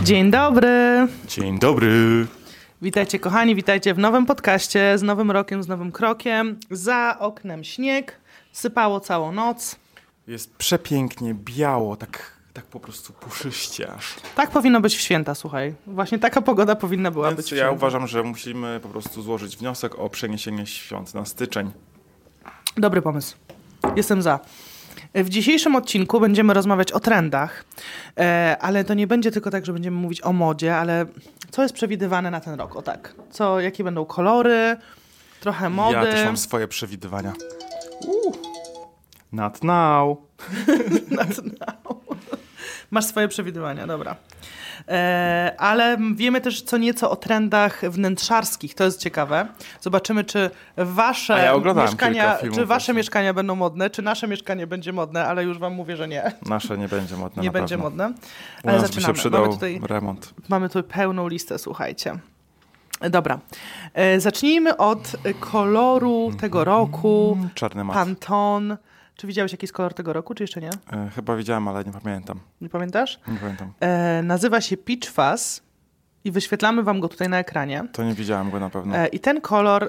Dzień dobry. Dzień dobry. Witajcie kochani, witajcie w nowym podcaście z nowym rokiem, z nowym krokiem. Za oknem śnieg, sypało całą noc. Jest przepięknie, biało, tak po prostu puszyście aż. Tak powinno być w święta, słuchaj. Właśnie taka pogoda powinna była Więc być w ja święta. uważam, że musimy po prostu złożyć wniosek o przeniesienie świąt na styczeń. Dobry pomysł. Jestem za. W dzisiejszym odcinku będziemy rozmawiać o trendach, ale to nie będzie tylko tak, że będziemy mówić o modzie, ale co jest przewidywane na ten rok, o tak. Jakie będą kolory, trochę mody. Ja też mam swoje przewidywania. Not now. Masz swoje przewidywania, dobra. Ale wiemy też co nieco o trendach wnętrzarskich, to jest ciekawe. Zobaczymy, czy wasze mieszkania będą modne, czy nasze mieszkanie będzie modne, ale już wam mówię, że nie. Nasze nie będzie modne. Nie będzie modne. Ale zaczynamy. By się przydał remont. Mamy tutaj pełną listę, słuchajcie. Dobra. Zacznijmy od koloru tego roku. Czarny mat. Pantone. Czy widziałeś jakiś kolor tego roku, czy jeszcze nie? Chyba widziałem, ale nie pamiętam. Nie pamiętasz? Nie pamiętam. Nazywa się Peach Fuzz i wyświetlamy wam go tutaj na ekranie. To nie widziałem go na pewno. I ten kolor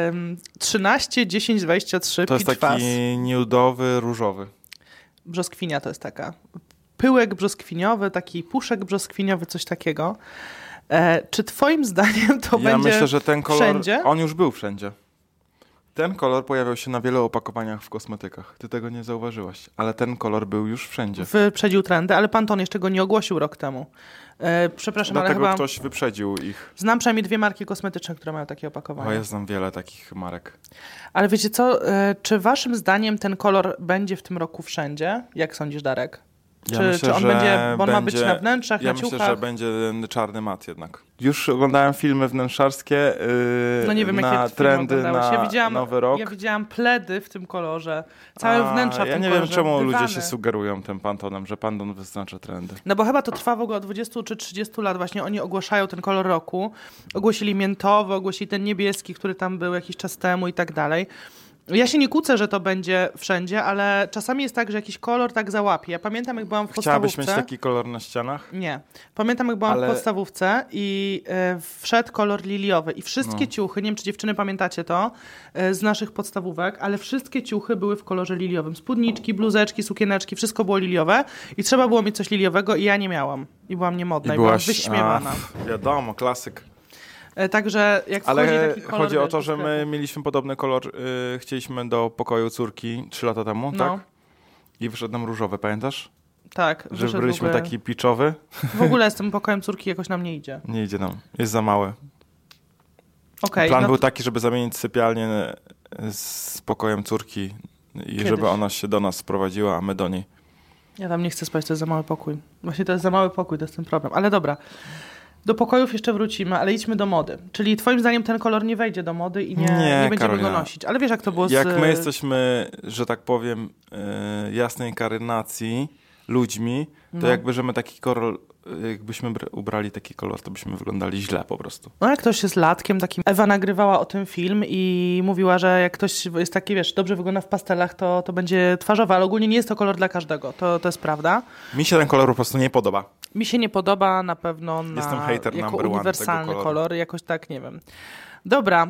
13, 10, 23 to Peach jest taki nudowy, różowy. Brzoskwinia to jest taka. Pyłek brzoskwiniowy, taki puszek brzoskwiniowy, coś takiego. Czy twoim zdaniem to będzie myślę, że ten kolor, wszędzie? On już był wszędzie. Ten kolor pojawiał się na wielu opakowaniach w kosmetykach. Ty tego nie zauważyłaś, ale ten kolor był już wszędzie. Wyprzedził trendy, ale Pantone jeszcze go nie ogłosił rok temu. Przepraszam, Dlatego ale chyba ktoś wyprzedził ich. znam przynajmniej 2 marki kosmetyczne, które mają takie opakowania. Ja znam wiele takich marek. Ale wiecie co, czy waszym zdaniem ten kolor będzie w tym roku wszędzie? Jak sądzisz, Darek? Czy on będzie, bo on ma być na wnętrzach, na ciuchach? Ja myślę, że będzie czarny mat jednak. Już oglądałem filmy wnętrzarskie no nie wiem, na jakie trendy na Nowy Rok. Ja widziałam pledy w tym kolorze. Całe wnętrza w tym kolorze. Ja nie wiem, czemu dywany. ludzie się sugerują tym Pantonem, że Pantone wyznacza trendy. No bo chyba to trwa w ogóle od 20 czy 30 lat. Właśnie oni ogłaszają ten kolor roku. Ogłosili miętowy, ogłosili ten niebieski, który tam był jakiś czas temu i tak dalej. Ja się nie kłócę, że to będzie wszędzie, ale czasami jest tak, że jakiś kolor tak załapie. Ja pamiętam, jak byłam w podstawówce. Chciałabyś mieć taki kolor na ścianach? Nie. Pamiętam, jak byłam w podstawówce i wszedł kolor liliowy i wszystkie ciuchy, nie wiem, czy dziewczyny pamiętacie to, z naszych podstawówek, ale wszystkie ciuchy były w kolorze liliowym. Spódniczki, bluzeczki, sukieneczki, wszystko było liliowe i trzeba było mieć coś liliowego i ja nie miałam. I byłam niemodna i byłam wyśmiewana. Wiadomo, klasyk. Także jak ale taki kolor, chodzi o to, że my mieliśmy podobny kolor, chcieliśmy do pokoju córki 3 lata temu, tak? I wyszedł nam różowy, pamiętasz? Tak. Że byliśmy taki piczowy. W ogóle z tym pokojem córki jakoś nam nie idzie. Nie idzie nam, jest za mały. Okay, Plan był taki, żeby zamienić sypialnię z pokojem córki i żeby ona się do nas sprowadziła, a my do niej. Ja tam nie chcę spać, to jest za mały pokój. Właśnie to jest za mały pokój, to jest ten problem. Ale dobra. Do pokojów jeszcze wrócimy, ale idźmy do mody. Czyli twoim zdaniem ten kolor nie wejdzie do mody i nie będziemy go nosić. Ale wiesz, jak to było Jak my jesteśmy, że tak powiem, jasnej karnacji ludźmi, to jakby, że my taki kolor, jakbyśmy ubrali taki kolor, to byśmy wyglądali źle po prostu. No jak ktoś jest latkiem takim... Ewa nagrywała o tym film i mówiła, że jak ktoś jest taki, wiesz, dobrze wygląda w pastelach, to będzie twarzowy, ale ogólnie nie jest to kolor dla każdego. To jest prawda. Mi się ten kolor po prostu nie podoba. Mi się nie podoba na pewno Jestem hater jako uniwersalny kolor, jakoś tak, nie wiem. Dobra.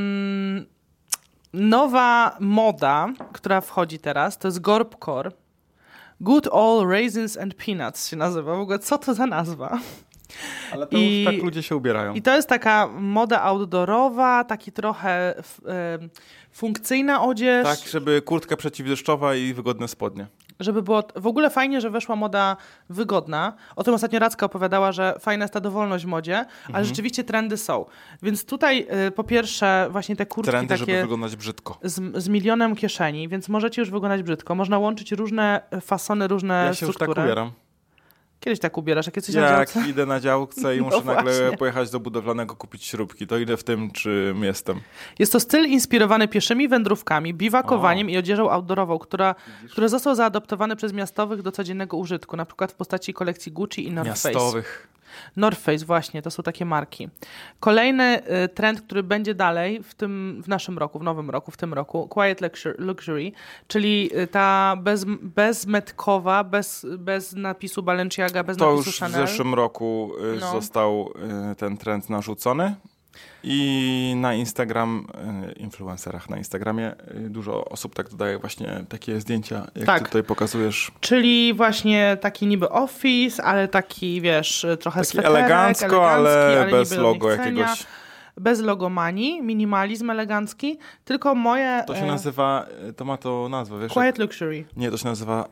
Nowa moda, która wchodzi teraz, to jest Gorbcore. Good Old Raisins and Peanuts się nazywa. W ogóle co to za nazwa? Ale to już tak ludzie się ubierają. I to jest taka moda outdoorowa, taki trochę funkcyjna odzież. Tak, żeby kurtka przeciwdeszczowa i wygodne spodnie. Żeby było w ogóle fajnie, że weszła moda wygodna. O tym ostatnio Racka opowiadała, że fajna jest ta dowolność w modzie, ale rzeczywiście trendy są. Więc tutaj po pierwsze właśnie te kurtki trendy, takie żeby wyglądać brzydko. Z milionem kieszeni, więc możecie już wyglądać brzydko. Można łączyć różne fasony, różne struktury. Ja się już tak ubieram. Kiedyś tak ubierasz, jak jesteś na działce? Jak idę na działce i muszę nagle pojechać do budowlanego kupić śrubki, to idę w tym, czym jestem. Jest to styl inspirowany pieszymi wędrówkami, biwakowaniem i odzieżą outdoorową, który został zaadoptowany przez miastowych do codziennego użytku, na przykład w postaci kolekcji Gucci i North Face. Miastowych. North Face, właśnie, to są takie marki. Kolejny trend, który będzie dalej w naszym roku, w nowym roku, w tym roku, Quiet Luxury, czyli ta bezmetkowa, bez napisu Balenciaga, bez to napisu Chanel. To już w zeszłym roku został ten trend narzucony. I na influencerach na Instagramie dużo osób tak dodaje właśnie takie zdjęcia, jak ty tutaj pokazujesz. Czyli właśnie taki niby office, ale taki, wiesz, trochę taki sweterek, elegancko, ale bez logo jakiegoś. Bez logomanii, minimalizm elegancki, tylko moje... To się nazywa, to ma to nazwę, wiesz? Quiet Luxury. Nie, to się nazywa...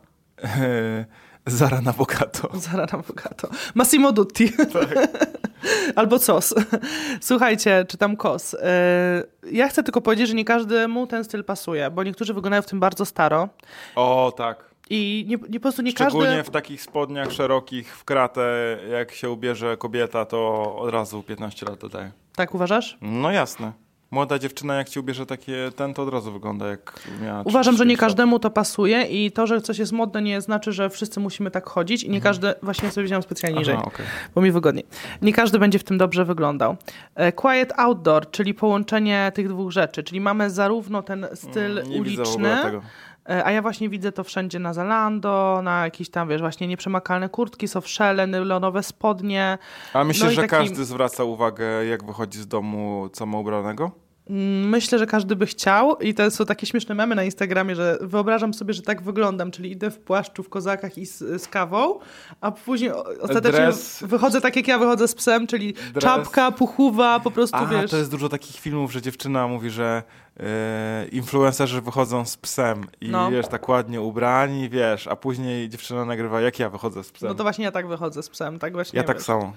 Zara Navocato. Zara Navocato. Massimo Dutti. Tak. Albo COS. Słuchajcie, czytam COS. Ja chcę tylko powiedzieć, że nie każdemu ten styl pasuje, bo niektórzy wyglądają w tym bardzo staro. O, tak. I po prostu nie szczególnie każdy... w takich spodniach szerokich, w kratę, jak się ubierze kobieta, to od razu 15 lat dodaje. Tak uważasz? No jasne. Młoda dziewczyna, jak ci ubierze to od razu wygląda jak miała... Uważam, że nie każdemu to pasuje i to, że coś jest modne, nie znaczy, że wszyscy musimy tak chodzić i nie każdy... Właśnie sobie wziąłem specjalnie niżej, bo mi wygodniej. Nie każdy będzie w tym dobrze wyglądał. Quiet Outdoor, czyli połączenie tych dwóch rzeczy, czyli mamy zarówno ten styl uliczny... A ja właśnie widzę to wszędzie na Zalando, na jakieś tam, wiesz, właśnie nieprzemakalne kurtki, softshelle, nylonowe spodnie. A myślisz, że każdy zwraca uwagę, jak wychodzi z domu, co ma ubranego? Myślę, że każdy by chciał i to są takie śmieszne memy na Instagramie, że wyobrażam sobie, że tak wyglądam, czyli idę w płaszczu, w kozakach i z kawą, a później ostatecznie wychodzę tak, jak ja wychodzę z psem, czyli czapka, puchuwa, po prostu, wiesz. To jest dużo takich filmów, że dziewczyna mówi, że influencerzy wychodzą z psem i wiesz, tak ładnie ubrani, wiesz, a później dziewczyna nagrywa, jak ja wychodzę z psem. No to właśnie ja tak wychodzę z psem, tak właśnie. Ja tak samo.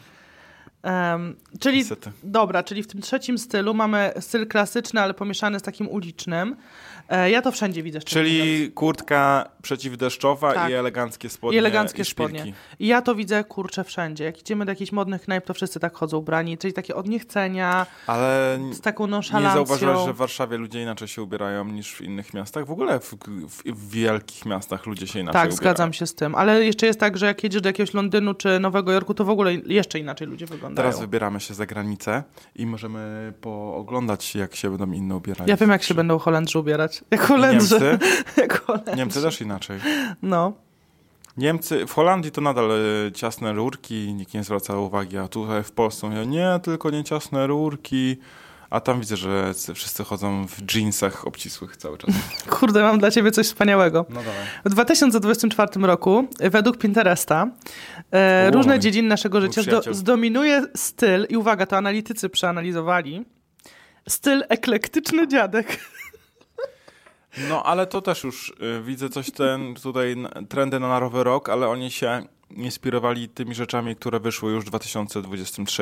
Czyli czyli w tym trzecim stylu mamy styl klasyczny, ale pomieszany z takim ulicznym. Ja to wszędzie widzę. Czyli kurtka przeciwdeszczowa i eleganckie spodnie. I eleganckie spodnie. I ja to widzę, kurczę, wszędzie. Jak idziemy do jakichś modnych knajp, to wszyscy tak chodzą ubrani. Czyli takie od niechcenia, ale z taką nonszalancją. Nie zauważyłeś, że w Warszawie ludzie inaczej się ubierają niż w innych miastach? W ogóle w wielkich miastach ludzie się inaczej ubierają. Tak, zgadzam się z tym. Ale jeszcze jest tak, że jak jedziesz do jakiegoś Londynu czy Nowego Jorku, to w ogóle jeszcze inaczej ludzie wyglądają. Teraz wybieramy się za granicę i możemy pooglądać, jak się będą inne ubierać. Ja wiem, jak się będą Holendrzy ubierać. Jak Holendrzy. Niemcy też inaczej. No. Niemcy, w Holandii to nadal ciasne rurki, nikt nie zwraca uwagi, a tutaj w Polsce mówią, nie, tylko nie ciasne rurki, a tam widzę, że wszyscy chodzą w dżinsach obcisłych cały czas. Kurde, mam dla ciebie coś wspaniałego. No dawaj. W 2024 roku według Pinteresta różne dziedziny naszego życia zdominuje styl, i uwaga, to analitycy przeanalizowali, styl eklektyczny dziadek. No, ale to też już widzę coś tutaj trendy na nowy rok, ale oni się inspirowali tymi rzeczami, które wyszły już w 2023,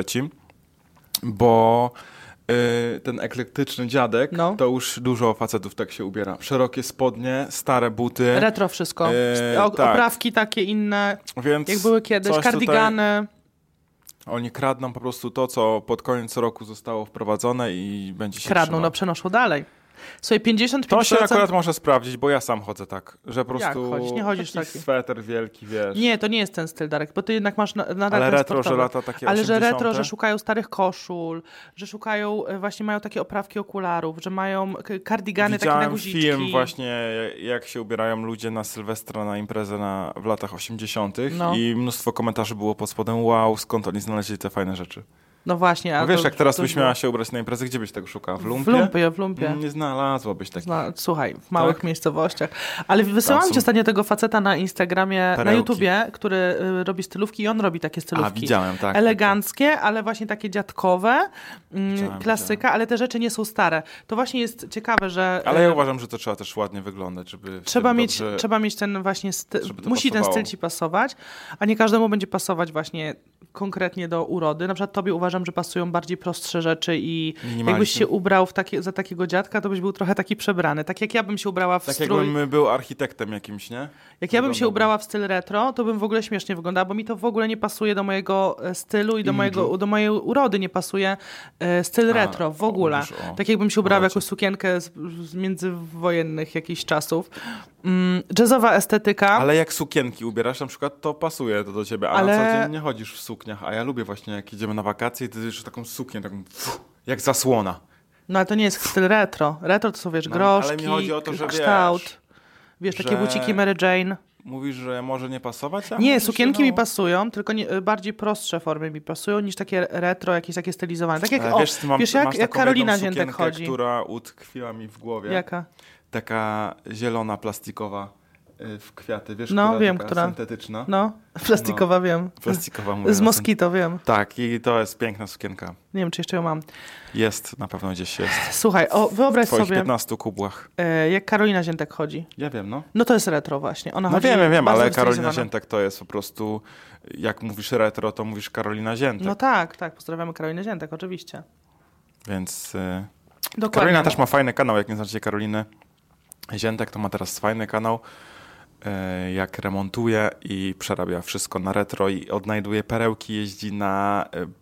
bo ten eklektyczny dziadek, to już dużo facetów tak się ubiera. Szerokie spodnie, stare buty. Retro wszystko. Oprawki takie inne, więc jak były kiedyś, kardigany. Oni kradną po prostu to, co pod koniec roku zostało wprowadzone i będzie się kradną, trzyma. Przenoszą dalej. Słuchaj, 55%... To się akurat może sprawdzić, bo ja sam chodzę tak, że po prostu... Jak chodzisz? Nie chodzisz taki sweter wielki, wiesz. Nie, to nie jest ten styl, Darek, bo ty jednak masz nadal ale ten retro, sportowy. że lata takie ale 80. że retro, że szukają starych koszul, że szukają, właśnie mają takie oprawki okularów, że mają kardigany takie na guziczki. Widziałem film właśnie, jak się ubierają ludzie na Sylwestra, na imprezę w latach 80. I mnóstwo komentarzy było pod spodem, wow, skąd oni znaleźli te fajne rzeczy. No właśnie. No wiesz, jak teraz byś miała się ubrać na imprezę, gdzie byś tego szukała? W lumpie? W lumpie. Nie znalazłabyś takich. Słuchaj, w małych miejscowościach. Ale wysyłałam ci ostatnio tego faceta na Instagramie, na YouTubie, który robi stylówki i on robi takie stylówki. Widziałem, tak. Eleganckie, ale właśnie takie dziadkowe, klasyka, ale te rzeczy nie są stare. To właśnie jest ciekawe, że... Ale ja uważam, że to trzeba też ładnie wyglądać, żeby... Trzeba mieć ten właśnie styl, musi ten styl ci pasować, a nie każdemu będzie pasować właśnie konkretnie do urody. Na przykład tobie uważam, uważam, że pasują bardziej prostsze rzeczy i jakbyś się ubrał za takiego dziadka, to byś był trochę taki przebrany. Tak jak ja bym się ubrała w strój... Tak jakbym był architektem jakimś, nie? Jak ja bym się ubrała w styl retro, to bym w ogóle śmiesznie wyglądała, bo mi to w ogóle nie pasuje do mojego stylu i do mojej urody nie pasuje styl retro w ogóle. Tak jakbym się ubrała w jakąś sukienkę z międzywojennych jakichś czasów. Jazzowa estetyka. Ale jak sukienki ubierasz na przykład, to pasuje to do ciebie, a na co dzień nie chodzisz w sukniach. A ja lubię właśnie, jak idziemy na wakacje, to jeszcze taką suknię, taką jak zasłona. No ale to nie jest styl retro. Retro to są, wiesz, groszki, ale mi chodzi o to, że kształt. Wiesz, takie buciki Mary Jane. Mówisz, że może nie pasować? Nie, sukienki mi pasują, tylko bardziej prostsze formy mi pasują niż takie retro, jakieś takie stylizowane. Tak jak, jak Karolina Ziętek chodzi. Która utkwiła mi w głowie. Jaka? Taka zielona, plastikowa w kwiaty, wiesz, która syntetyczna. No, plastikowa wiem. Plastikowa mówię. Z Moskito wiem. Tak, i to jest piękna sukienka. Nie wiem, czy jeszcze ją mam. Jest, na pewno gdzieś jest. Słuchaj, wyobraź sobie... W twoich 15 kubłach. Jak Karolina Ziętek chodzi. Ja wiem, no. No to jest retro właśnie. Ona chodzi wiem, ale Karolina Ziętek to jest po prostu... Jak mówisz retro, to mówisz Karolina Ziętek. No tak, pozdrawiamy Karolinę Ziętek, oczywiście. Więc... Dokładnie. Karolina też ma fajny kanał, jak nie znacie Karoliny Ziętek, to ma teraz fajny kanał, jak remontuje i przerabia wszystko na retro i odnajduje perełki, jeździ na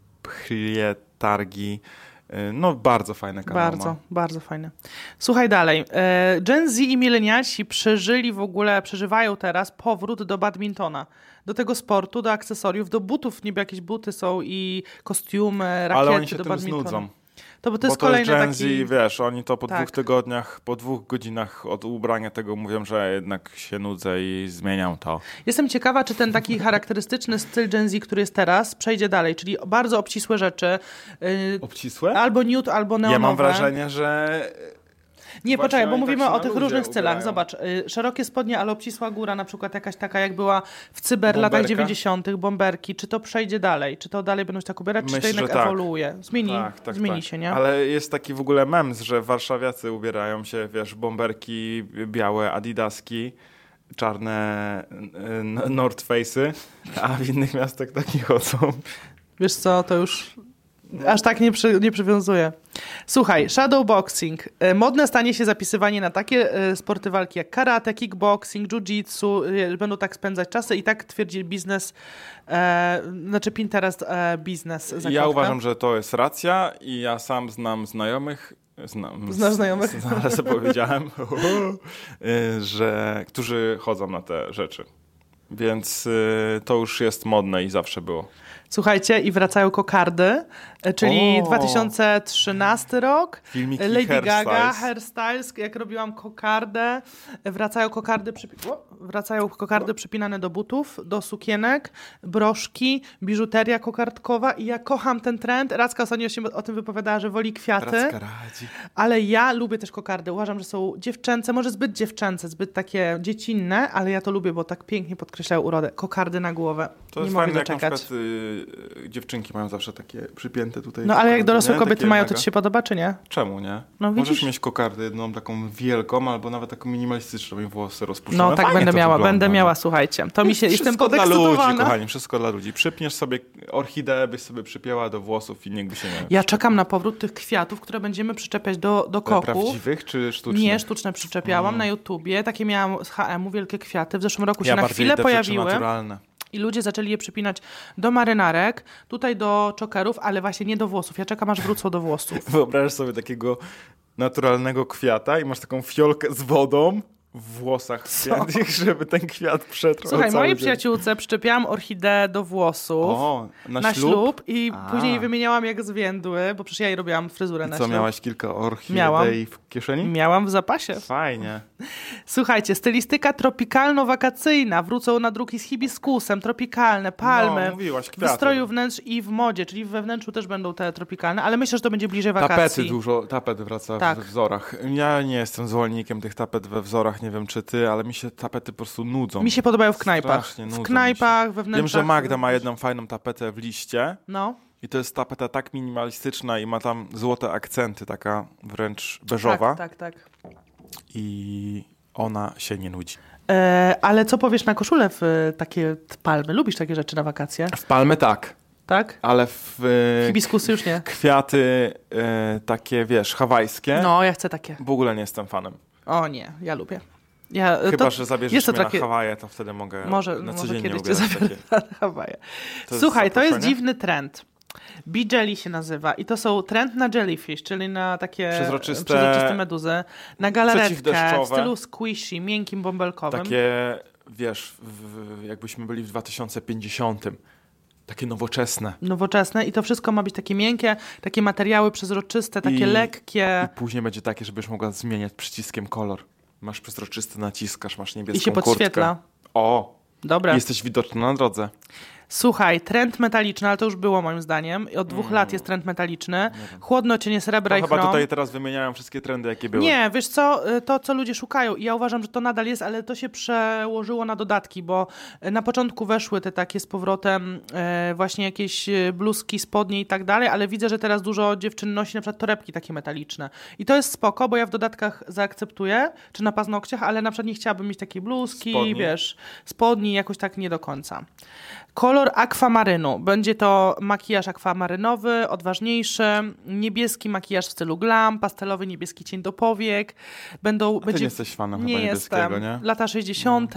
targi. No bardzo fajne kanały. Bardzo fajne. Słuchaj dalej. Gen Z i milenialsi przeżywają teraz powrót do badmintona. Do tego sportu, do akcesoriów, do butów. Niby jakieś buty są i kostiumy, rakiety ale oni się do tym badmintona. znudzą. To jest kolejny Gen taki... Z, wiesz, oni to po 2 tygodniach, po 2 godzinach od ubrania tego mówią, że jednak się nudzę i zmieniam to. Jestem ciekawa, czy ten taki charakterystyczny styl Gen Z, który jest teraz, przejdzie dalej, czyli bardzo obcisłe rzeczy. Obcisłe? Albo nude, albo neonowe. Ja mam wrażenie, że... Nie, poczekaj, bo mówimy o tych różnych stylach. Zobacz, szerokie spodnie, ale obcisła góra, na przykład jakaś taka, jak była w cyber latach 90., bomberki. Czy to przejdzie dalej? Czy to dalej będą się tak ubierać, czy to jednak ewoluuje? Zmieni się, nie? Ale jest taki w ogóle memes, że warszawiacy ubierają się, wiesz, bomberki, białe adidaski, czarne North Face'y, a w innych miastach tak nie chodzą. Wiesz co, to już... Aż tak nie przywiązuję. Słuchaj, shadowboxing. Modne stanie się zapisywanie na takie sporty walki jak karate, kickboxing, jiu-jitsu. Będą tak spędzać czasy i tak twierdzi biznes, Pinterest biznes. Zakładka. Ja uważam, że to jest racja i ja sam znam znajomych. Znasz znajomych? Zaraz powiedziałem, którzy chodzą na te rzeczy. Więc to już jest modne i zawsze było. Słuchajcie, i wracają kokardy, czyli 2013 rok. Filmiki Lady Gaga, Hairstyles, jak robiłam kokardę. Wracają kokardy przypinane do butów, do sukienek, broszki, biżuteria kokardkowa i ja kocham ten trend. Racka ostatnio się o tym wypowiadała, że woli kwiaty. Racka radzi. Ale ja lubię też kokardy. Uważam, że są dziewczęce, może zbyt dziewczęce, zbyt takie dziecinne, ale ja to lubię, bo tak pięknie podkreślają urodę. Kokardy na głowę. To jest fajne, jak na przykład dziewczynki mają zawsze takie przypięte tutaj. No ale jak dorosłe kobiety mają, to ci się podoba, czy nie? Czemu nie? No, możesz mieć kokardę jedną taką wielką, albo nawet taką minimalistyczną i włosy rozpuszczone. No tak będę miała, słuchajcie. To mi się, jestem podekscytowana. Dla ludzi, kochani, wszystko dla ludzi. Przypniesz sobie orchideę, byś sobie przypięła do włosów i nikt by się nie... Ja czekam na powrót tych kwiatów, które będziemy przyczepiać do koków. Prawdziwych czy sztucznych? Nie, sztuczne przyczepiałam na YouTubie. Takie miałam z H&M-u, wielkie kwiaty. W zeszłym roku się na chwilę pojawiły. Naturalne. I ludzie zaczęli je przypinać do marynarek, tutaj do czokerów, ale właśnie nie do włosów. Ja czekam, aż wrócą do włosów. Wyobraź sobie takiego naturalnego kwiata i masz taką fiolkę z wodą w włosach świętych, żeby ten kwiat przetrwał. Słuchaj, mojej przyjaciółce przyczepiałam orchideę do włosów. O, na ślub i później jej wymieniałam jak zwiędły, bo przecież ja jej robiłam fryzurę na ślub. Miałaś kilka orchidei w kieszeni? Miałam w zapasie. Fajnie. Słuchajcie, stylistyka tropikalno-wakacyjna. Wrócą na druki z hibiskusem, tropikalne, palmy. Mówiłaś, kwiaty. W stroju wnętrz i w modzie, czyli we wnętrzu też będą te tropikalne, ale myślę, że to będzie bliżej wakacji. Tapet wraca we wzorach. Ja nie jestem zwolennikiem tych tapet we wzorach, nie wiem czy ty, ale mi się tapety po prostu nudzą. Mi się podobają w knajpach. W knajpach, we wnętrzach. Wiem, że Magda ma jedną fajną tapetę w liście. No. I to jest tapeta tak minimalistyczna i ma tam złote akcenty, taka wręcz beżowa. Tak. I ona się nie nudzi. Ale co powiesz na koszulę w takie palmy? Lubisz takie rzeczy na wakacje? W palmy tak. Tak? Ale w... Hibiskusy już nie. Kwiaty takie, wiesz, hawajskie. No, ja chcę takie. W ogóle nie jestem fanem. O nie, ja lubię. Chyba, że zabierzesz mnie takie... na Hawaje, to wtedy mogę na codziennie kiedyś cię zabiorę na Hawaje. Słuchaj, to jest dziwny trend. Bee Jelly się nazywa i to są trend na jellyfish, czyli na takie przezroczyste meduzy, na galaretkę w stylu squishy, miękkim, bąbelkowym. Takie, wiesz, jakbyśmy byli w 2050. Takie nowoczesne. Nowoczesne i to wszystko ma być takie miękkie, takie materiały przezroczyste, takie lekkie. I później będzie takie, żebyś mogła zmieniać przyciskiem kolor. Masz przezroczysty, naciskasz, masz niebieską i się podświetla. Kurtkę. O! Dobra. Jesteś widoczny na drodze. Słuchaj, trend metaliczny, ale to już było moim zdaniem. Od 2 lat jest trend metaliczny. Chłodno, cienie srebra i chrom. Chyba tutaj teraz wymieniają wszystkie trendy, jakie były. Nie, wiesz co, to co ludzie szukają i ja uważam, że to nadal jest, ale to się przełożyło na dodatki, bo na początku weszły te takie z powrotem właśnie jakieś bluzki, spodnie i tak dalej, ale widzę, że teraz dużo dziewczyn nosi na przykład torebki takie metaliczne. I to jest spoko, bo ja w dodatkach zaakceptuję, czy na paznokciach, ale na przykład nie chciałabym mieć takiej bluzki, wiesz, spodni, jakoś tak nie do końca. Kolor akwamarynu. Będzie to makijaż akwamarynowy, odważniejszy, niebieski makijaż w stylu glam, pastelowy niebieski cień do powiek. Ty nie jesteś fanem chyba niebieskiego, nie? Lata 60.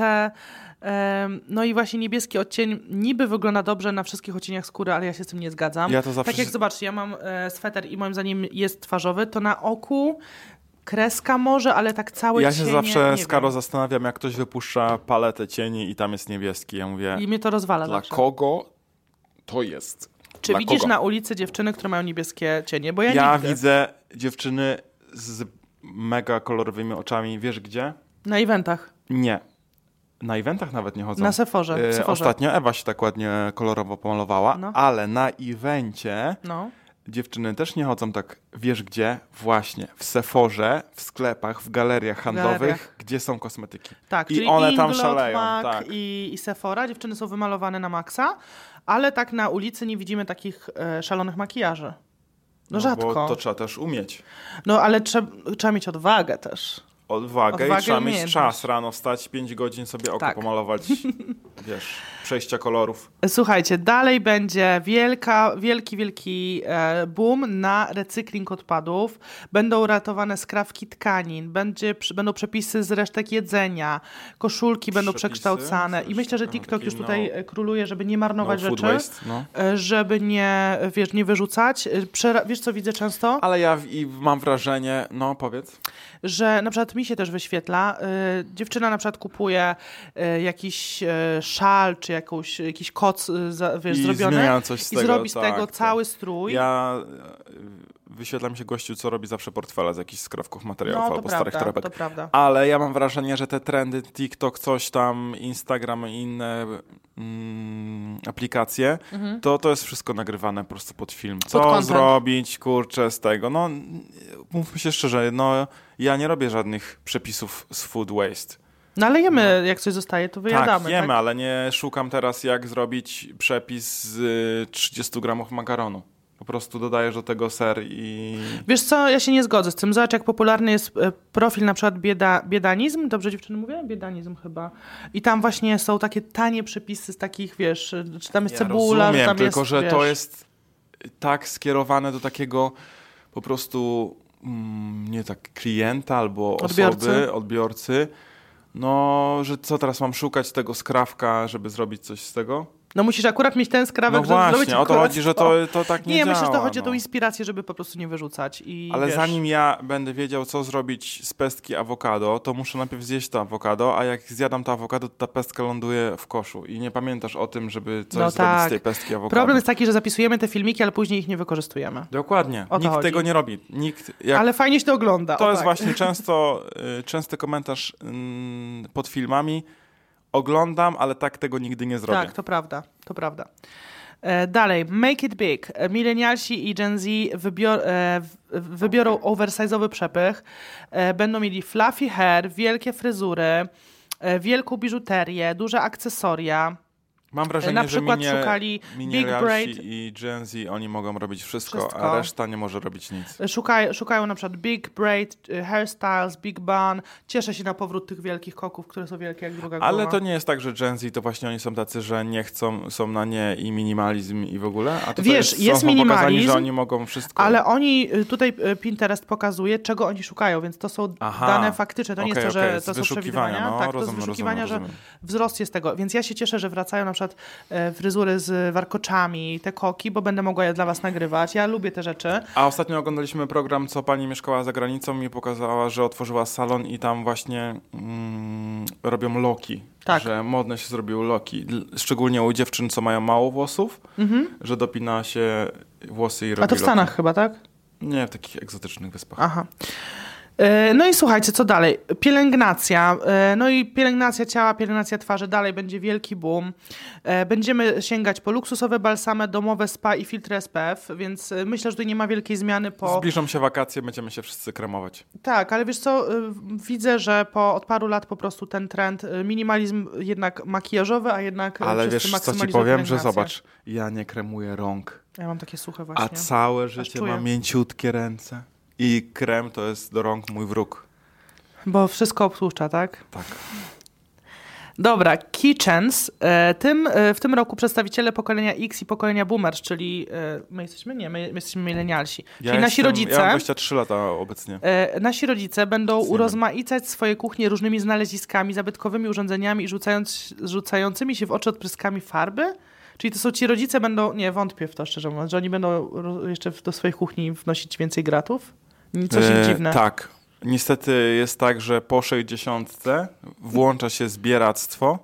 No i właśnie niebieski odcień niby wygląda dobrze na wszystkich odcieniach skóry, ale ja się z tym nie zgadzam. Ja to zawsze... Tak jak zobaczcie, ja mam sweter i moim zdaniem jest twarzowy, to na oku kreska może, ale tak całe cienie... Ja się zawsze z Karo zastanawiam, jak ktoś wypuszcza paletę cieni i tam jest niebieski. Ja mówię... I mnie to rozwala Dla zawsze. kogo to jest? Czy widzisz na ulicy dziewczyny, które mają niebieskie cienie? Bo ja widzę dziewczyny z mega kolorowymi oczami. Wiesz gdzie? Na eventach. Nie. Na eventach nawet nie chodzą. Na Sephorze. Ostatnio Ewa się tak ładnie kolorowo pomalowała, ale na evencie dziewczyny też nie chodzą tak, wiesz gdzie? Właśnie w Sephorze, w sklepach, w galeriach handlowych, gdzie są kosmetyki. Tak, i czyli one Inglot, tam szaleją. Mac tak. i Sephora. Dziewczyny są wymalowane na maksa, ale tak na ulicy nie widzimy takich szalonych makijaży. No rzadko. Bo to trzeba też umieć. No ale trzeba mieć odwagę też. Odwagę i trzeba mieć czas. Rano wstać, 5 godzin sobie oko pomalować. Wiesz, przejścia kolorów. Słuchajcie, dalej będzie wielki boom na recykling odpadów. Będą ratowane skrawki tkanin, będą przepisy z resztek jedzenia, koszulki będą przekształcane i myślę, że TikTok już tutaj króluje, żeby nie marnować rzeczy, żeby nie wyrzucać. Wiesz co widzę często? Ale ja mam wrażenie, powiedz. Że na przykład mi się też wyświetla, dziewczyna na przykład kupuje jakiś szal, czy jakiś koc zrobiony coś z i tego, zrobi z tego cały strój. Wyświetla mi się gościu, co robi zawsze portfele z jakichś skrawków materiałów albo starych torebek. To prawda. Ale ja mam wrażenie, że te trendy, TikTok, coś tam, Instagram i inne aplikacje, to jest wszystko nagrywane po prostu pod film. Co zrobić, kurczę, z tego? Mówmy się szczerze, ja nie robię żadnych przepisów z food waste. No ale jemy, jak coś zostaje, to wyjadamy. Tak, jemy, ale nie szukam teraz, jak zrobić przepis z 30 gramów makaronu. Po prostu dodajesz do tego ser i... Wiesz co, ja się nie zgodzę z tym. Zobacz, jak popularny jest profil na przykład biedanizm. Dobrze dziewczyny mówię? Biedanizm chyba. I tam właśnie są takie tanie przepisy z takich, wiesz, czy tam jest cebula, rozumiem, tam tylko jest, że to jest tak skierowane do takiego po prostu nie tak klienta albo odbiorcy. Że co teraz mam szukać tego skrawka, żeby zrobić coś z tego? No musisz akurat mieć ten skrawek, żeby właśnie, zrobić o to chodzi, że to tak nie działa. Nie, myślę, że to chodzi o tą inspirację, żeby po prostu nie wyrzucać. Ale zanim ja będę wiedział, co zrobić z pestki awokado, to muszę najpierw zjeść to awokado, a jak zjadam to awokado, to ta pestka ląduje w koszu i nie pamiętasz o tym, żeby coś zrobić z tej pestki awokado. Problem jest taki, że zapisujemy te filmiki, ale później ich nie wykorzystujemy. Dokładnie. Nikt tego nie robi. Ale fajnie się to ogląda. To jest właśnie częsty komentarz pod filmami. Oglądam, ale tak tego nigdy nie zrobię. Tak, to prawda. Dalej, make it big. Milenialsi i Gen Z wybiorą oversize'owy przepych. Będą mieli fluffy hair, wielkie fryzury, wielką biżuterię, duże akcesoria. Mam wrażenie, na przykład że szukali Big Braid i Gen Z, oni mogą robić wszystko, a reszta nie może robić nic. Szukają na przykład Big Braid, Hairstyles, Big Bun. Cieszę się na powrót tych wielkich koków, które są wielkie jak druga głowa. Ale to nie jest tak, że Gen Z to właśnie oni są tacy, że nie chcą, są na nie i minimalizm i w ogóle? A to wiesz, jest są minimalizm, pokazani, że oni mogą wszystko. Ale oni, tutaj Pinterest pokazuje, czego oni szukają, więc to są dane faktyczne. To nie jest to, że to są przewidywania. No, tak, to jest wyszukiwania, że wzrost jest tego. Więc ja się cieszę, że wracają na przykład fryzury z warkoczami, te koki, bo będę mogła je dla was nagrywać. Ja lubię te rzeczy. A ostatnio oglądaliśmy program, co pani mieszkała za granicą i pokazała, że otworzyła salon i tam właśnie robią loki. Tak. Że modne się zrobiły loki. Szczególnie u dziewczyn, co mają mało włosów, że dopina się włosy i robi A to w Stanach loki. chyba, tak? Nie, w takich egzotycznych wyspach. Aha. No i słuchajcie, co dalej? Pielęgnacja. No i pielęgnacja ciała, pielęgnacja twarzy. Dalej będzie wielki boom. Będziemy sięgać po luksusowe balsamy, domowe spa i filtry SPF, więc myślę, że tu nie ma wielkiej zmiany po... Zbliżą się wakacje, będziemy się wszyscy kremować. Tak, ale wiesz co, widzę, że od paru lat po prostu ten trend, minimalizm jednak makijażowy, a jednak ale wiesz, co ci powiem, że zobacz, ja nie kremuję rąk. Ja mam takie suche właśnie. A całe życie mam mięciutkie ręce. I krem to jest do rąk mój wróg. Bo wszystko obtłuszcza, tak? Tak. Dobra, Kitchens. W tym roku przedstawiciele pokolenia X i pokolenia Boomers, czyli my jesteśmy milenialsi. Czyli nasi rodzice. Ja mam 23 lata obecnie. Nasi rodzice będą urozmaicać swoje kuchnie różnymi znaleziskami, zabytkowymi urządzeniami i rzucającymi się w oczy odpryskami farby. Czyli to są ci rodzice będą, nie wątpię w to szczerze mówiąc, że oni będą jeszcze do swojej kuchni wnosić więcej gratów? Coś dziwne. Tak. Niestety jest tak, że po 60 włącza się zbieractwo.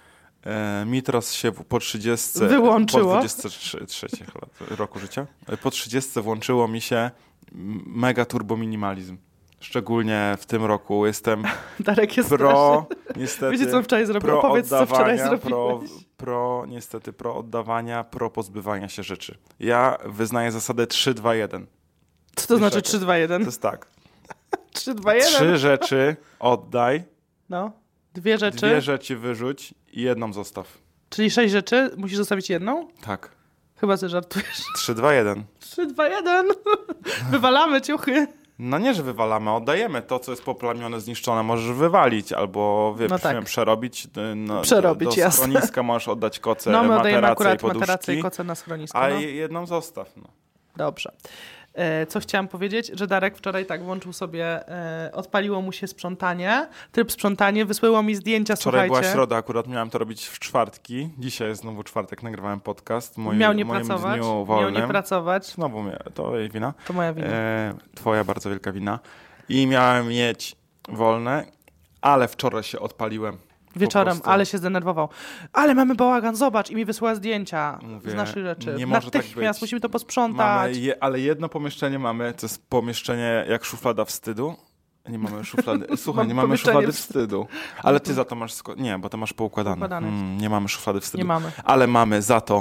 Mitros się po 30 wyłączyło. Po 23 roku życia. Po 30 włączyło mi się mega turbo minimalizm. Szczególnie w tym roku jestem Darek jest niestety. Wiecie, co wczoraj zrobił? Opowiedz, co wczoraj zrobiłeś. Niestety pro oddawania, pro pozbywania się rzeczy. Ja wyznaję zasadę 3-2-1. Co to znaczy 3-2-1? To jest tak. 3-2-1? 3 rzeczy oddaj. No. 2 rzeczy. 2 rzeczy wyrzuć i 1 zostaw. Czyli 6 rzeczy? Musisz zostawić 1? Tak. Chyba sobie żartujesz. 3-2-1. 3-2-1. Wywalamy ciuchy. No nie, że wywalamy, oddajemy to, co jest poplamione, zniszczone, możesz wywalić albo przerobić. Przerobić, do schroniska możesz oddać koce, my oddajemy akurat materację i koce na schronisko. A 1 zostaw. No. Dobrze. Co chciałam powiedzieć, że Darek wczoraj tak włączył sobie, odpaliło mu się sprzątanie, tryb sprzątanie, wysłało mi zdjęcia, wczoraj słuchajcie. Była środa, akurat miałem to robić w czwartki, dzisiaj jest znowu czwartek, nagrywałem podcast. Miał nie pracować, miał nie pracować. Znowu to jej wina. To moja wina. Twoja bardzo wielka wina. I miałem mieć wolne, ale wczoraj się odpaliłem. Wieczorem, ale się zdenerwował. Ale mamy bałagan, zobacz. I mi wysłała zdjęcia z naszych rzeczy. Nie może natychmiast musimy to posprzątać. Ale jedno pomieszczenie mamy, to jest pomieszczenie jak szuflada wstydu. Nie mamy szuflady. Słuchaj, nie mamy szuflady wstydu. Ale ty za to masz... Nie, bo to masz poukładane. Nie mamy szuflady wstydu. Nie mamy. Ale mamy za to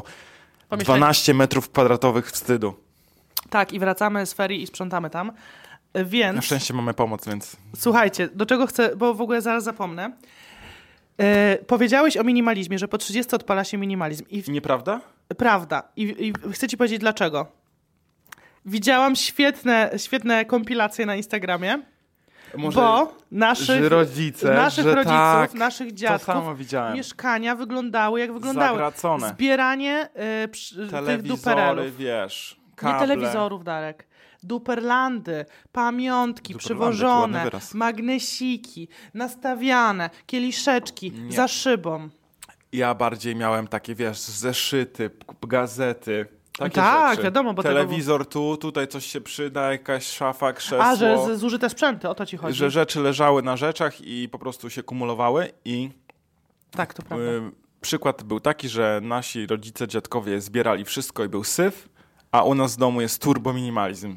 12 metrów kwadratowych wstydu. Tak, i wracamy z ferii i sprzątamy tam. Więc... Na szczęście mamy pomoc, więc... Słuchajcie, do czego chcę, bo w ogóle zaraz zapomnę. Powiedziałeś o minimalizmie, że po 30 odpala się minimalizm. Nieprawda? Prawda. I chcę ci powiedzieć dlaczego. Widziałam świetne kompilacje na Instagramie. Może bo naszych rodziców, tak, naszych dziadków mieszkania wyglądały jak wyglądały. Zagracone. Zbieranie tych duperelów. Wiesz, kable. Nie telewizorów, Darek. Duperlandy, pamiątki przywożone, magnesiki, nastawiane, kieliszeczki za szybą. Ja bardziej miałem takie, wiesz, zeszyty, gazety. Takie tak, rzeczy. Wiadomo. Bo telewizor tutaj coś się przyda, jakaś szafa, krzesło. A, że zużyte sprzęty, o to ci chodzi. Że rzeczy leżały na rzeczach i po prostu się kumulowały i... Tak, to prawda. Przykład był taki, że nasi rodzice, dziadkowie zbierali wszystko i był syf, a u nas w domu jest turbo minimalizm.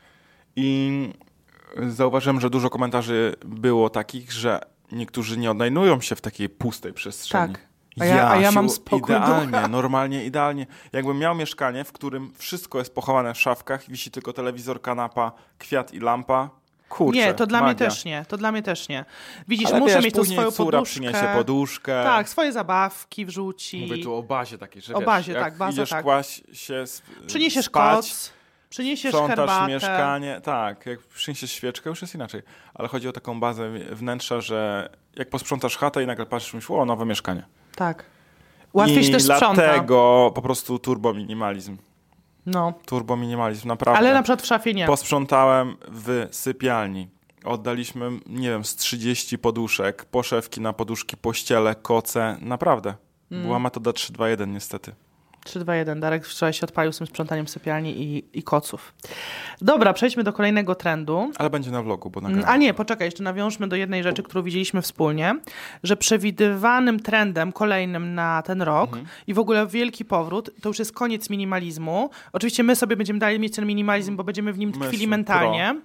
I zauważyłem, że dużo komentarzy było takich, że niektórzy nie odnajdują się w takiej pustej przestrzeni. Tak. A ja mam spokój idealnie, normalnie, idealnie. Jakbym miał mieszkanie, w którym wszystko jest pochowane w szafkach, wisi tylko telewizor, kanapa, kwiat i lampa, Kurczę, nie, to dla magia. mnie też nie. To dla mnie też nie. Widzisz, Ale muszę wiesz, mieć tą później swoją córa poduszkę. przyniesie poduszkę. Tak, swoje zabawki wrzuci. Mówię tu o bazie takiej, że O wiesz, bazie, jak tak, baza, idziesz tak. kłaść się Przyniesiesz spać, koc, przyniesiesz sprzątasz herbatę. mieszkanie. Tak, jak przyniesiesz świeczkę, już jest inaczej. Ale chodzi o taką bazę wnętrza, że jak posprzątasz chatę i nagle patrzysz, myślisz, o, nowe mieszkanie. Tak. Łatwiej się też sprząta. Dlatego po prostu turbominimalizm. No. Turbominimalizm, naprawdę. Ale na przykład w szafie nie. Posprzątałem w sypialni. Oddaliśmy, nie wiem, z 30 poduszek, poszewki na poduszki, pościele, koce. Naprawdę. Była metoda 3-2-1 niestety. 3-2-1. Darek wczoraj się odpalił z tym sprzątaniem sypialni i koców. Dobra, przejdźmy do kolejnego trendu. Ale będzie na vlogu, bo nagrałem. A nie, poczekaj, jeszcze nawiążmy do jednej rzeczy, którą widzieliśmy wspólnie, że przewidywanym trendem kolejnym na ten rok i w ogóle wielki powrót, to już jest koniec minimalizmu. Oczywiście my sobie będziemy dalej mieć ten minimalizm, bo będziemy w nim tkwili mentalnie.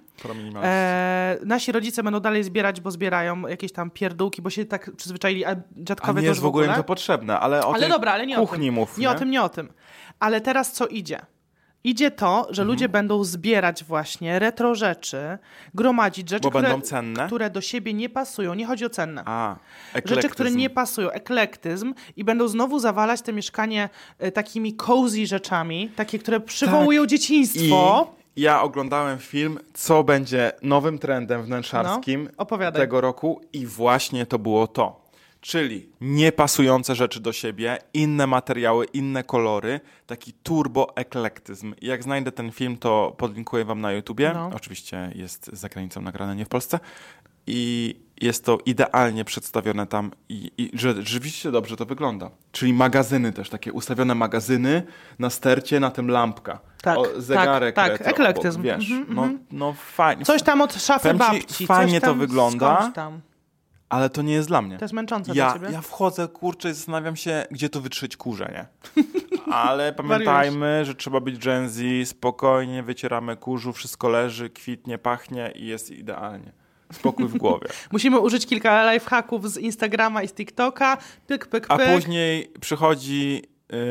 Nasi rodzice będą dalej zbierać, bo zbierają jakieś tam pierdółki, bo się tak przyzwyczaili, a dziadkowie nie też jest w ogóle im to potrzebne, ale o tej dobra, ale nie kuchni o tym. mów. Nie o tym. Ale teraz co idzie? Idzie to, że ludzie będą zbierać właśnie retro rzeczy, gromadzić rzeczy, bo będą cenne? które do siebie nie pasują. Nie chodzi o cenne. Eklektyzm. Rzeczy, które nie pasują. Eklektyzm. I będą znowu zawalać te mieszkanie takimi cozy rzeczami, takie, które przywołują dzieciństwo. Ja oglądałem film, co będzie nowym trendem wnętrzarskim tego roku i właśnie to było to. Czyli niepasujące rzeczy do siebie, inne materiały, inne kolory, taki turbo-eklektyzm. Jak znajdę ten film, to podlinkuję wam na YouTubie. Oczywiście jest za granicą nagrane, nie w Polsce. I jest to idealnie przedstawione tam i że rzeczywiście dobrze to wygląda. Czyli magazyny też, takie ustawione magazyny na stercie, na tym lampka. Tak, zegarek tak, eklektyzm. Obok, wiesz, no fajnie. Coś tam od szafy babci. Fajnie coś tam to wygląda. Tam. Ale to nie jest dla mnie. To jest męczące dla ciebie? Ja wchodzę, kurczę, i zastanawiam się, gdzie tu wytrzeć kurze, nie? Ale pamiętajmy, że trzeba być Gen Z, spokojnie, wycieramy kurzu, wszystko leży, kwitnie, pachnie i jest idealnie. Spokój w głowie. Musimy użyć kilka lifehacków z Instagrama i z TikToka. Pyk. A później przychodzi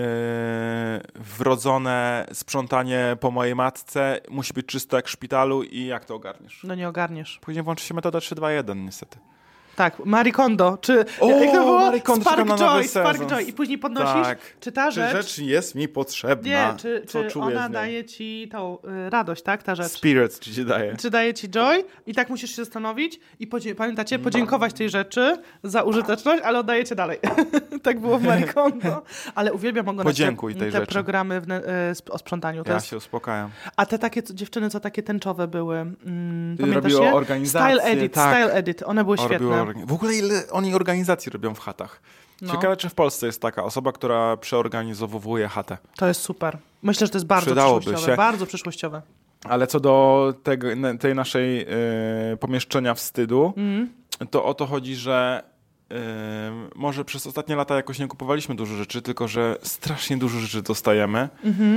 wrodzone sprzątanie po mojej matce, musi być czysto jak w szpitalu i jak to ogarniesz? No nie ogarniesz. Później włączy się metoda 3-2-1 niestety. Tak, Marie Kondo, czy jak to było? Marie Kondo, Spark Joy. I później podnosisz, czy ta rzecz... Czy rzecz jest mi potrzebna? Nie, czy ona daje ci tą radość, tak, ta rzecz? Spirit ci daje. Czy daje ci joy? I tak musisz się zastanowić i pamiętacie, podziękować tej rzeczy za użyteczność, ale oddajecie dalej. Tak było w Marie Kondo. Ale uwielbiam oglądać te programy o sprzątaniu. Ja się uspokajam. A te takie dziewczyny, co takie tęczowe były, pamiętasz je? Organizacje. Style Edit, one były świetne. W ogóle ile oni organizacji robią w chatach? Ciekawe, czy w Polsce jest taka osoba, która przeorganizowuje chatę. To jest super. Myślę, że to jest bardzo przyszłościowe. Bardzo przyszłościowe. Ale co do tej naszej pomieszczenia wstydu, to o to chodzi, że może przez ostatnie lata jakoś nie kupowaliśmy dużo rzeczy, tylko że strasznie dużo rzeczy dostajemy.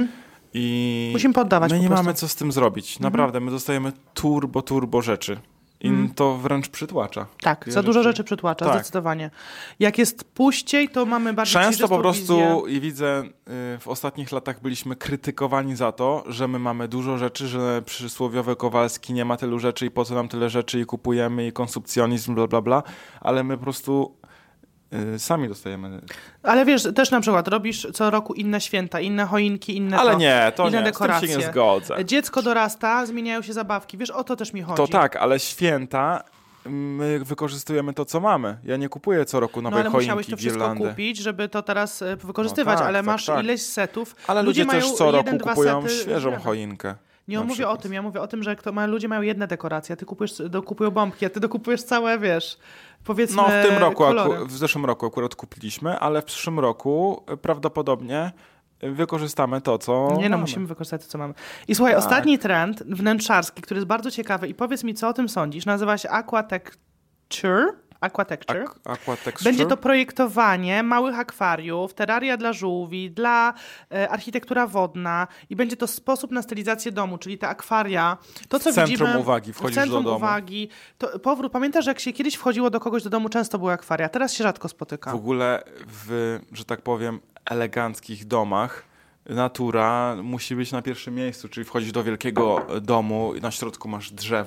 I musimy poddawać my nie mamy co z tym zrobić. Naprawdę, my dostajemy turbo rzeczy. I to wręcz przytłacza. Tak, za dużo rzeczy przytłacza, zdecydowanie. Jak jest puściej, to mamy bardziej często po prostu wizję. I widzę, w ostatnich latach byliśmy krytykowani za to, że my mamy dużo rzeczy, że przysłowiowy Kowalski nie ma tylu rzeczy i po co nam tyle rzeczy i kupujemy i konsumpcjonizm, bla, bla, bla. Ale my po prostu sami dostajemy. Ale wiesz, też na przykład robisz co roku inne święta, inne choinki, inne inne dekoracje. Z tym się nie zgodzę. Dziecko dorasta, zmieniają się zabawki. Wiesz, o to też mi chodzi. To tak, ale święta my wykorzystujemy to, co mamy. Ja nie kupuję co roku nowej choinki, musiałeś to wszystko kupić, żeby to teraz wykorzystywać, ale masz ileś setów. Ale ludzie też co roku kupują świeżą choinkę. Nie mówię o tym, ja mówię o tym, że ludzie mają jedne dekoracje, a ty dokupują bombki, a ty dokupujesz całe, wiesz, powiedzmy w tym roku, kolory. w zeszłym roku akurat kupiliśmy, ale w przyszłym roku prawdopodobnie wykorzystamy to, co mamy. Musimy wykorzystać to, co mamy. I słuchaj, ostatni trend wnętrzarski, który jest bardzo ciekawy i powiedz mi, co o tym sądzisz, nazywa się Aquatecture. Będzie to projektowanie małych akwariów, terraria dla żółwi, dla architektura wodna i będzie to sposób na stylizację domu, czyli te akwaria. To, co widzimy, centrum uwagi, wchodzisz do domu. Uwagi. Pamiętasz, jak się kiedyś wchodziło do kogoś do domu, często były akwaria, teraz się rzadko spotyka. W ogóle że tak powiem, eleganckich domach natura musi być na pierwszym miejscu, czyli wchodzisz do wielkiego domu i na środku masz drzewo,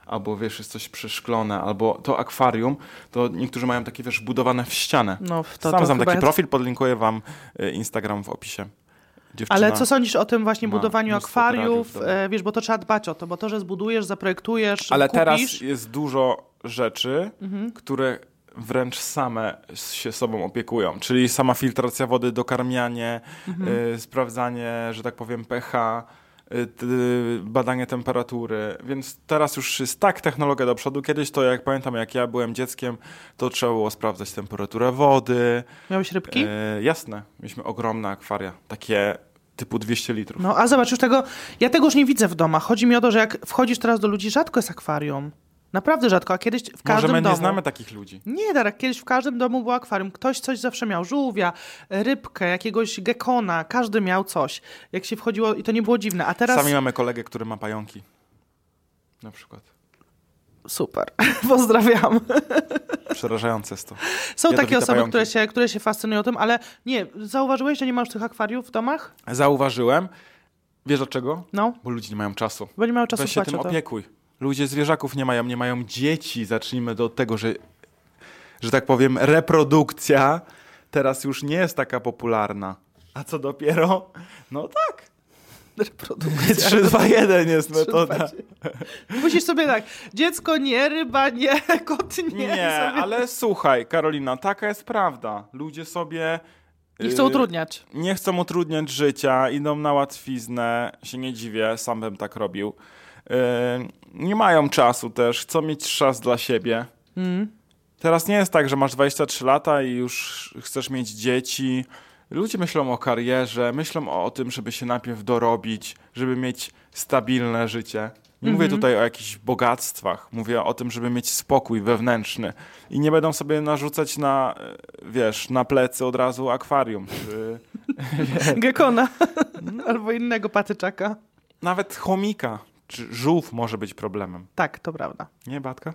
albo wiesz, jest coś przeszklone, albo to akwarium, to niektórzy mają takie, wiesz, budowane w ścianę. No, Sam znam taki profil, podlinkuję wam Instagram w opisie. Dziewczyna, ale co sądzisz o tym właśnie budowaniu akwariów? Wiesz, bo to trzeba dbać o to, bo to, że zbudujesz, zaprojektujesz, ale kupisz... teraz jest dużo rzeczy, które wręcz same się sobą opiekują, czyli sama filtracja wody, dokarmianie, sprawdzanie, że tak powiem, pH, badanie temperatury, więc teraz już jest tak technologia do przodu. Kiedyś to, jak pamiętam, jak ja byłem dzieckiem, to trzeba było sprawdzać temperaturę wody. Miałeś rybki? Jasne. Mieliśmy ogromne akwaria, takie typu 200 litrów. No, a zobacz, ja tego już nie widzę w domach. Chodzi mi o to, że jak wchodzisz teraz do ludzi, rzadko jest akwarium. Naprawdę rzadko, a kiedyś w każdym domu... Może my nie znamy takich ludzi. Nie, Darek, kiedyś w każdym domu było akwarium. Ktoś coś zawsze miał. Żółwia, rybkę, jakiegoś gekona. Każdy miał coś. Jak się wchodziło i to nie było dziwne. A teraz... Sami mamy kolegę, który ma pająki. Na przykład. Super. Pozdrawiam. Przerażające jest to. Są takie osoby, które się fascynują tym, ale nie, zauważyłeś, że nie masz tych akwariów w domach? Zauważyłem. Wiesz dlaczego? No. Bo ludzie nie mają czasu. Bo nie mają czasu. Weź się tym opiekuj. Ludzie zwierzaków nie mają dzieci. Zacznijmy do tego, że tak powiem, reprodukcja teraz już nie jest taka popularna. A co dopiero? No tak. Reprodukcja. 3, 2, 1 jest metoda. Musisz sobie tak, dziecko nie, ryba nie, kot nie. Nie, ale słuchaj, Karolina, taka jest prawda. Ludzie sobie... Nie chcą utrudniać. Nie chcą utrudniać życia, idą na łatwiznę, się nie dziwię, sam bym tak robił. Nie mają czasu też, chcą mieć czas dla siebie. Teraz nie jest tak, że masz 23 lata i już chcesz mieć dzieci. Ludzie myślą o karierze, myślą o tym, żeby się najpierw dorobić, żeby mieć stabilne życie. Nie mówię tutaj o jakichś bogactwach, mówię o tym, żeby mieć spokój wewnętrzny i nie będą sobie narzucać na plecy od razu akwarium. Czy, gekona albo innego patyczaka. Nawet chomika czy żółw może być problemem. Tak, to prawda. Nie, Batka?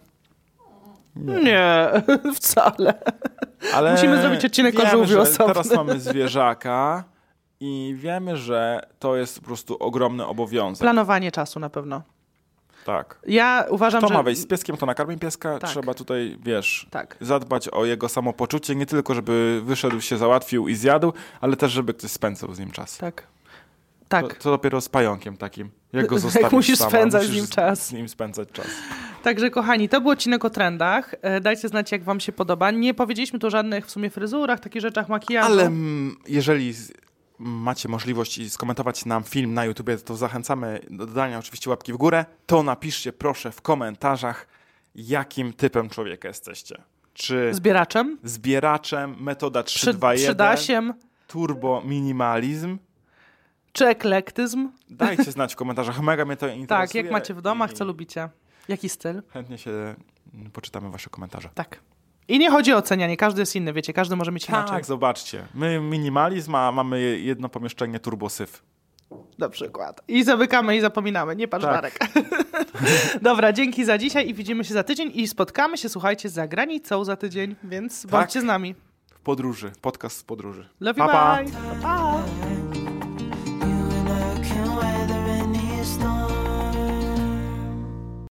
Nie, wcale. Ale musimy zrobić odcinek o żółwiu osobny. Teraz mamy zwierzaka i wiemy, że to jest po prostu ogromny obowiązek. Planowanie czasu na pewno. Tak. Ja uważam, Kto że... ma wejść z pieskiem, to nakarmi pieska. Tak. Trzeba tutaj, tak. zadbać o jego samopoczucie. Nie tylko, żeby wyszedł, się załatwił i zjadł, ale też, żeby ktoś spędzał z nim czas. Tak. To dopiero z pająkiem takim. Jak go zostawisz jak musisz sama, spędzać z nim czas. Z nim spędzać czas. Także kochani, to był odcinek o trendach. Dajcie znać, jak wam się podoba. Nie powiedzieliśmy tu o żadnych w sumie fryzurach, takich rzeczach, makijażu. Ale jeżeli macie możliwość i skomentować nam film na YouTubie, to zachęcamy do dodania oczywiście łapki w górę. To napiszcie proszę w komentarzach, jakim typem człowieka jesteście. Czy zbieraczem, metoda 3-2-1, przydasiem, turbo minimalizm, czy eklektyzm. Dajcie znać w komentarzach, mega mnie to interesuje. Tak, jak macie w domach, co lubicie. Jaki styl? Chętnie się poczytamy wasze komentarze. Tak. I nie chodzi o ocenianie, każdy jest inny, wiecie, każdy może mieć inaczej. Tak, zobaczcie. My minimalizm, a mamy jedno pomieszczenie turbosyf. Na przykład. I zamykamy i zapominamy, nie patrz Darek. Dobra, dzięki za dzisiaj i widzimy się za tydzień i spotkamy się, słuchajcie, za granicą za tydzień, więc bądźcie z nami. W podróży, podcast z podróży. Love you, bye. Pa.